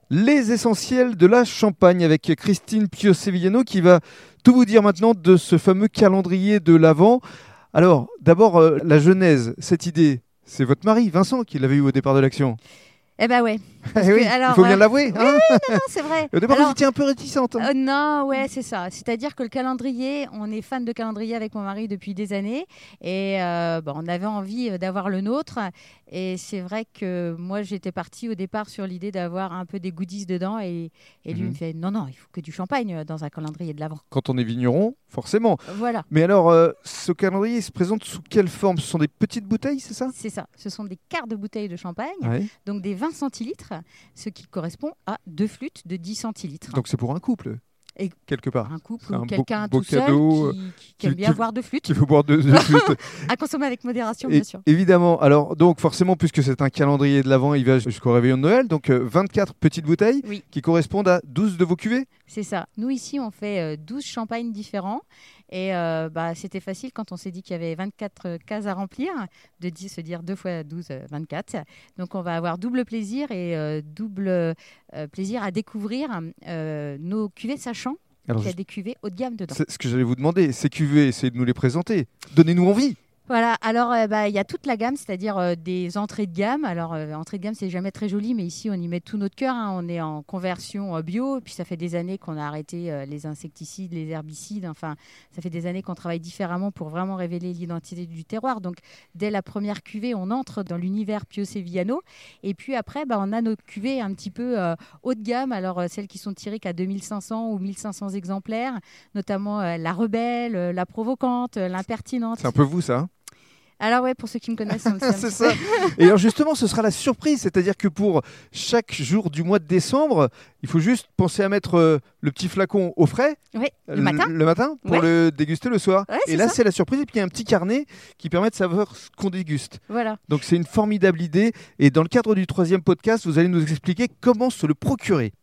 Les essentiels de la Champagne avec Christine Pio-Sevillano qui va tout vous dire maintenant de ce fameux calendrier de l'Avent. Alors, d'abord, la genèse, cette idée, c'est votre mari, Vincent, qui l'avait eu au départ de l'action. Eh ben ouais. Eh oui, alors, il faut bien l'avouer. oui, Hein. non, c'est vrai. Au départ, Alors, vous étiez un peu réticente. Hein. Non, ouais, c'est ça. C'est-à-dire que le calendrier, on est fan de calendrier avec mon mari depuis des années et on avait envie d'avoir le nôtre. Et c'est vrai que moi, j'étais partie au départ sur l'idée d'avoir un peu des goodies dedans et lui me fait non, il faut que du champagne dans un calendrier de l'Avent. Quand on est vigneron, forcément. Voilà. Mais alors, ce calendrier, il se présente sous quelle forme? Ce sont des petites bouteilles, c'est ça? C'est ça. Ce sont des quarts de bouteilles de champagne, Ouais. donc des 20 centilitres, ce qui correspond à 2 flûtes de 10 centilitres. Donc c'est pour un couple, Et quelque part. un couple C'est ou un quelqu'un beau tout seul cadeau, qui aime qui- bien qui- boire de flûte. Il faut boire deux flûtes. À consommer avec modération, bien sûr. Évidemment. Alors, donc forcément, puisque c'est un calendrier de l'Avent, il va jusqu'au réveillon de Noël. Donc 24 petites bouteilles Oui. qui correspondent à 12 de vos cuvées. C'est ça. Nous, ici, on fait 12 champagnes différents. Et c'était facile quand on s'est dit qu'il y avait 24 cases à remplir, se dire 2 fois 12, 24. Donc, on va avoir double plaisir et double plaisir à découvrir nos cuvées, sachant Alors, qu'il y a des cuvées haut de gamme dedans. c'est ce que j'allais vous demander. Ces cuvées, essayez de nous les présenter. Donnez-nous envie. Voilà, alors il y a toute la gamme, c'est-à-dire des entrées de gamme. Alors, entrée de gamme, c'est jamais très joli, mais ici, on y met tout notre cœur. Hein. On est en conversion bio, et puis ça fait des années qu'on a arrêté les insecticides, les herbicides. Enfin, ça fait des années qu'on travaille différemment pour vraiment révéler l'identité du terroir. Donc, dès la première cuvée, on entre dans l'univers Pio-Sevillano. Et puis après, on a nos cuvées un petit peu haut de gamme. Alors, celles qui sont tirées qu'à 2500 ou 1500 exemplaires, notamment la rebelle, la provocante, l'impertinente. C'est un peu vous, ça. Hein. Alors ouais, pour ceux qui me connaissent, on le sait. C'est ça. Et alors justement, ce sera la surprise, c'est-à-dire que pour chaque jour du mois de décembre, il faut juste penser à mettre le petit flacon au frais Oui, le matin. Le matin pour Ouais. le déguster le soir. Ouais, et c'est là, ça. c'est la surprise. Et puis il y a un petit carnet qui permet de savoir ce qu'on déguste. Voilà. Donc c'est une formidable idée. Et dans le cadre du 3e podcast, vous allez nous expliquer comment se le procurer.